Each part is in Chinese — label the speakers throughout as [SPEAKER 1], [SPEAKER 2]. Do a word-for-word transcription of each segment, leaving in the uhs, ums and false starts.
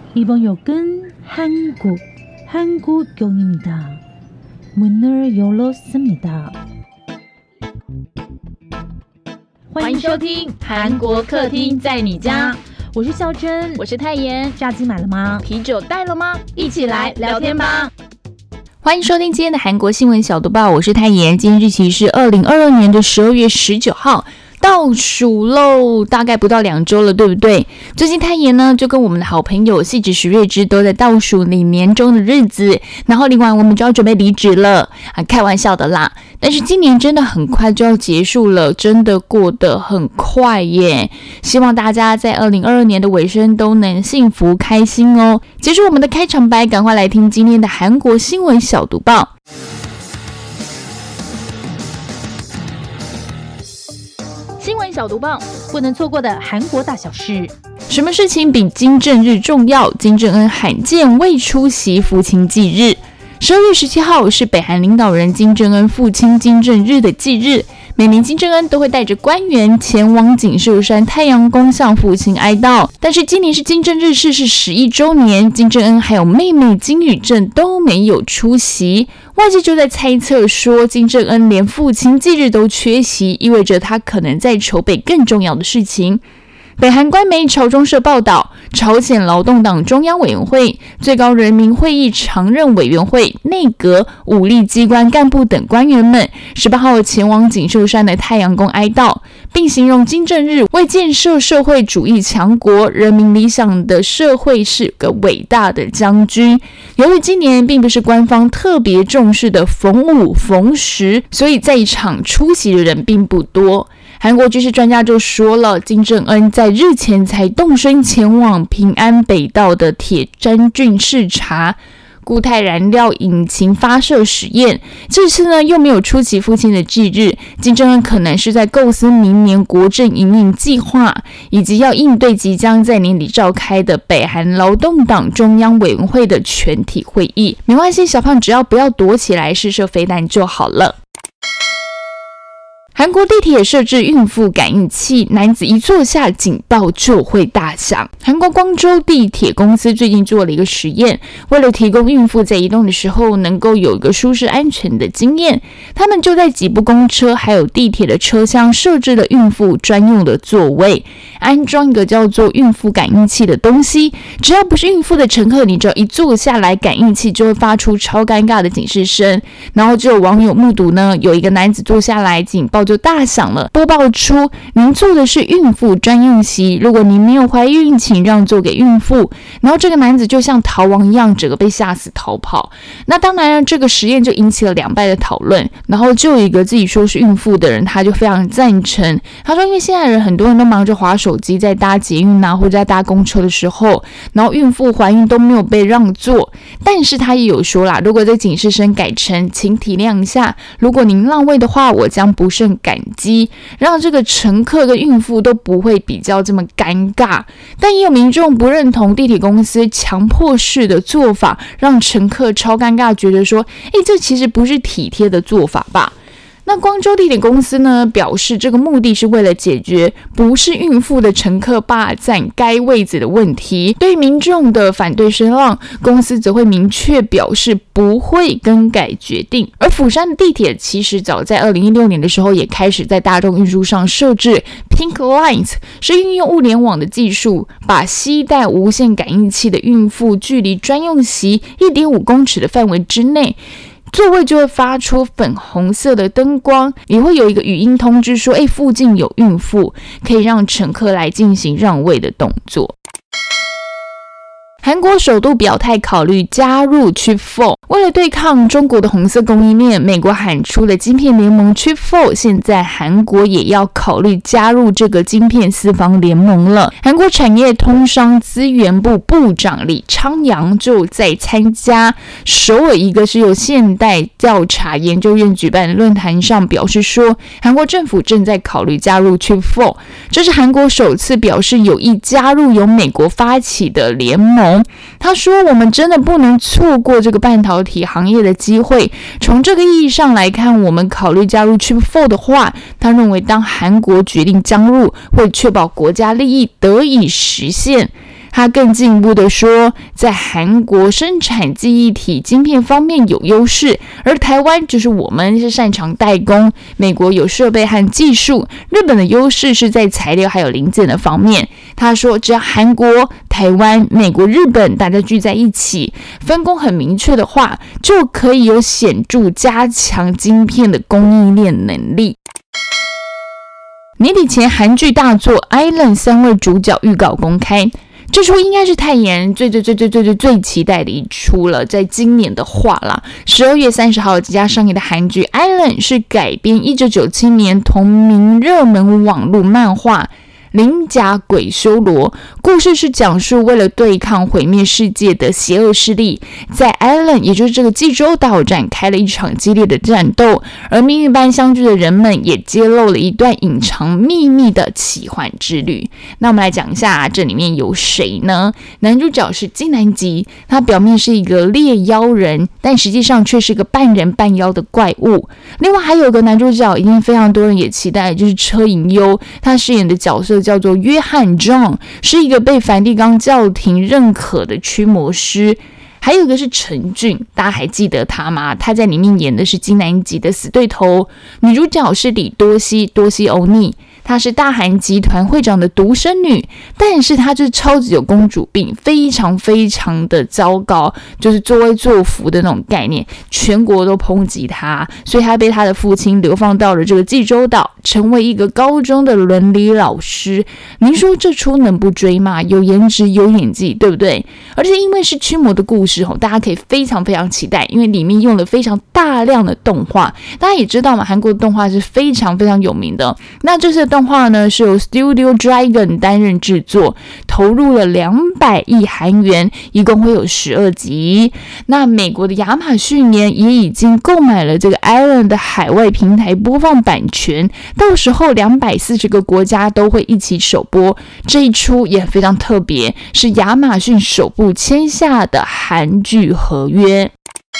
[SPEAKER 1] 이번 역은 한국, 한국역입니다. 문을 열었습니다.
[SPEAKER 2] 欢迎收听韩国客厅在你家，
[SPEAKER 1] 我是孝珍，
[SPEAKER 2] 我是泰妍。
[SPEAKER 1] 炸鸡买了吗？
[SPEAKER 2] 啤酒带了吗？一起来聊天吧。欢迎收听今天的韩国新闻小读报，我是泰妍。今天日期是二零二二年的十二月十九号。倒数喽，大概不到两周了，对不对？最近泰妍呢，就跟我们的好朋友细致徐瑞之都在倒数领年终的日子，然后领完我们就要准备离职了啊，开玩笑的啦。但是今年真的很快就要结束了，真的过得很快耶。希望大家在二零二二年的尾声都能幸福开心哦。结束我们的开场白，赶快来听今天的韩国新闻小读报。新闻小读报，
[SPEAKER 1] 不能错过的韩国大小事。
[SPEAKER 2] 什么事情比金正日重要？金正恩罕见未出席父亲祭日。十二月十七号是北韩领导人金正恩父亲金正日的忌日，每年金正恩都会带着官员前往锦绣山太阳宫向父亲哀悼。但是今年是金正日逝世十一周年，金正恩还有妹妹金宇镇都没有出席。外界就在猜测说，金正恩连父亲忌日都缺席，意味着他可能在筹备更重要的事情。北韩官媒朝中社报道，朝鲜劳动党中央委员会、最高人民会议常任委员会、内阁、武力机关干部等官员们十八号前往锦绣山的太阳宫哀悼，并形容金正日为建设社会主义强国、人民理想的社会是个伟大的将军。由于今年并不是官方特别重视的逢五逢十，所以在场出席的人并不多。韩国军事专家就说了，金正恩在日前才动身前往平安北道的铁山郡视察固态燃料引擎发射实验，这次呢又没有出席父亲的忌日。金正恩可能是在构思明年国政营运计划，以及要应对即将在年底召开的北韩劳动党中央委员会的全体会议。没关系，小胖只要不要躲起来试射飞弹就好了。韩国地铁设置孕妇感应器，男子一坐下，警报就会大响。韩国光州地铁公司最近做了一个实验，为了提供孕妇在移动的时候能够有一个舒适安全的经验，他们就在几部公车还有地铁的车厢设置了孕妇专用的座位，安装一个叫做孕妇感应器的东西，只要不是孕妇的乘客，你只要一坐下来，感应器就会发出超尴尬的警示声。然后就有网友目睹呢，有一个男子坐下来，警报就大响了，播报出您坐的是孕妇专用席，如果您没有怀孕，请让座给孕妇。然后这个男子就像逃亡一样，整个被吓死逃跑。那当然这个实验就引起了两派的讨论，然后就有一个自己说是孕妇的人，他就非常赞成，他说因为现在人很多人都忙着滑手机，在搭捷运啊或者在搭公车的时候，然后孕妇怀孕都没有被让座。但是他也有说啦，如果这警示声改成请体谅一下，如果您让位的话，我将不胜感激，让这个乘客跟孕妇都不会比较这么尴尬。但也有民众不认同地铁公司强迫式的做法，让乘客超尴尬，觉得说诶，这其实不是体贴的做法吧。那光州地铁公司呢表示，这个目的是为了解决不是孕妇的乘客霸占该位子的问题。对于民众的反对声浪，公司则会明确表示不会更改决定。而釜山的地铁其实早在二零一六年的时候也开始在大众运输上设置 Pink Lines， 是运用物联网的技术，把携带无线感应器的孕妇距离专用席 一点五公尺的范围之内，座位就会发出粉红色的灯光，也会有一个语音通知说，哎，附近有孕妇，可以让乘客来进行让位的动作。韩国首度表态考虑加入 Chip 四， 为了对抗中国的红色供应链，美国喊出了晶片联盟 Chip 四， 现在韩国也要考虑加入这个晶片四方联盟了。韩国产业通商资源部部长李昌阳就在参加首尔一个是由现代调查研究院举办的论坛上表示说，韩国政府正在考虑加入 Chip 四， 这是韩国首次表示有意加入由美国发起的联盟。他说，我们真的不能错过这个半导体行业的机会。从这个意义上来看，我们考虑加入 Chip 四 的话，他认为当韩国决定加入，会确保国家利益得以实现。 他更进一步的说，在韩国生产记忆体晶片方面有优势，而台湾就是我们是擅长代工，美国有设备和技术，日本的优势是在材料还有零件的方面。他说只要韩国、台湾、美国、日本大家聚在一起，分工很明确的话，就可以有显著加强晶片的供应链能力。年底前韩剧大作《Island》三位主角预告公开，这出应该是泰妍最最最最最最最期待的一出了，在今年的话啦，十二月三十号即将上映的韩剧《Island》是改编一九九七年同名热门网络漫画鳞甲鬼修罗，故事是讲述为了对抗毁灭世界的邪恶势力，在 Island 也就是这个济州岛展开了一场激烈的战斗，而命运般相聚的人们也揭露了一段隐藏秘密的奇幻之旅。那我们来讲一下这里面有谁呢？男主角是金南吉，他表面是一个猎妖人，但实际上却是个半人半妖的怪物。另外还有个男主角一定非常多人也期待，就是车银优，他饰演的角色叫做约翰 John， 是一个被梵蒂冈教廷认可的驱魔师。还有一个是陈俊，大家还记得他吗？他在里面演的是金南吉的死对头。女主角是李多熙，多熙欧尼，她是大韩集团会长的独生女，但是她就是超级有公主病，非常非常的糟糕，就是作威作福的那种概念，全国都抨击她，所以她被她的父亲流放到了这个济州岛，成为一个高中的伦理老师。您说这出能不追吗？有颜值有演技，对不对？而且因为是驱魔的故事，大家可以非常非常期待，因为里面用了非常大量的动画。大家也知道嘛，韩国的动画是非常非常有名的。那这次的动画呢，是由 Studio Dragon 担任制作，投入了两百亿韩元，一共会有十二集。那美国的亚马逊也已经购买了这个 Island 的海外平台播放版权，到时候两百四十个国家都会一起首播。这一出也非常特别，是亚马逊首部签下的韩剧合约。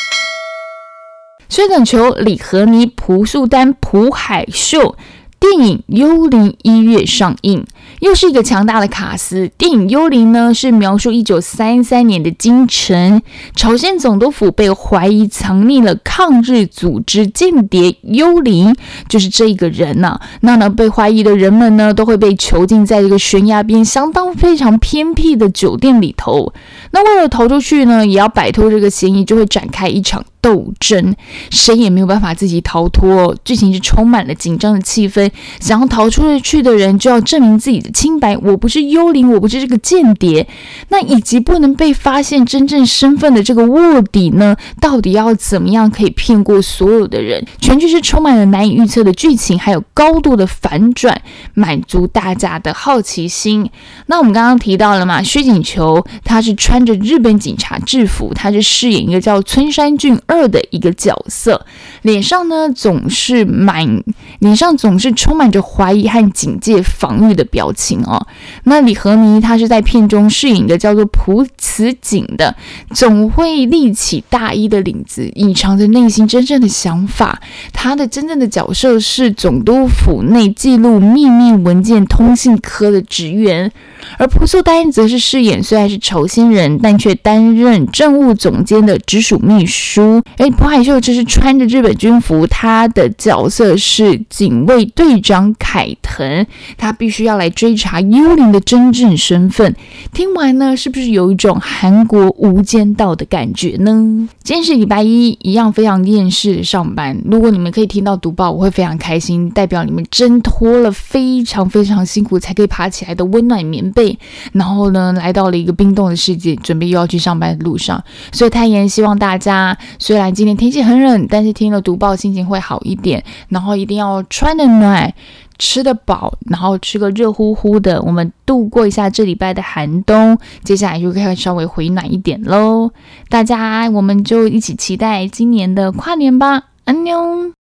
[SPEAKER 2] 水等球李和妮、朴素丹、朴海秀电影《幽灵》一月上映，又是一个强大的卡司。电影《幽灵》呢，是描述一九三三年的京城，朝鲜总督府被怀疑藏匿了抗日组织间谍幽灵，就是这个人呢、啊。那呢，被怀疑的人们呢，都会被囚禁在这个悬崖边相当非常偏僻的酒店里头。那为了逃出去呢，也要摆脱这个嫌疑，就会展开一场斗争，谁也没有办法自己逃脱。剧情是充满了紧张的气氛，想要逃出去的人就要证明自己的清白，我不是幽灵，我不是这个间谍。那以及不能被发现真正身份的这个卧底呢，到底要怎么样可以骗过所有的人？全剧是充满了难以预测的剧情，还有高度的反转，满足大家的好奇心。那我们刚刚提到了嘛，薛景求他是穿着日本警察制服，他是饰演一个叫村山俊二的一个角色，脸上呢总是满脸上总是充满着怀疑和警戒防御的表情哦。那李和妮她是在片中饰演一个叫做朴慈景的，总会立起大衣的领子，隐藏着内心真正的想法。她的真正的角色是总督府内记录秘密文件通信科的职员，而朴素丹则是饰演虽然是朝鲜人，但却担任政务总监的直属秘书。诶，朴海秀就是穿着日本军服，他的角色是警卫队长凯腾，他必须要来追查幽灵的真正身份。听完呢，是不是有一种韩国无间道的感觉呢？今天是礼拜一，一样非常厌世的上班。如果你们可以听到读报，我会非常开心，代表你们挣脱了非常非常辛苦才可以爬起来的温暖棉被，然后呢，来到了一个冰冻的世界，准备又要去上班的路上。所以泰妍希望大家，虽然今天天气很冷，但是听了读报心情会好一点，然后一定要穿得暖，吃得饱，然后吃个热乎乎的，我们度过一下这礼拜的寒冬，接下来就可以稍微回暖一点咯。大家我们就一起期待今年的跨年吧，安妞。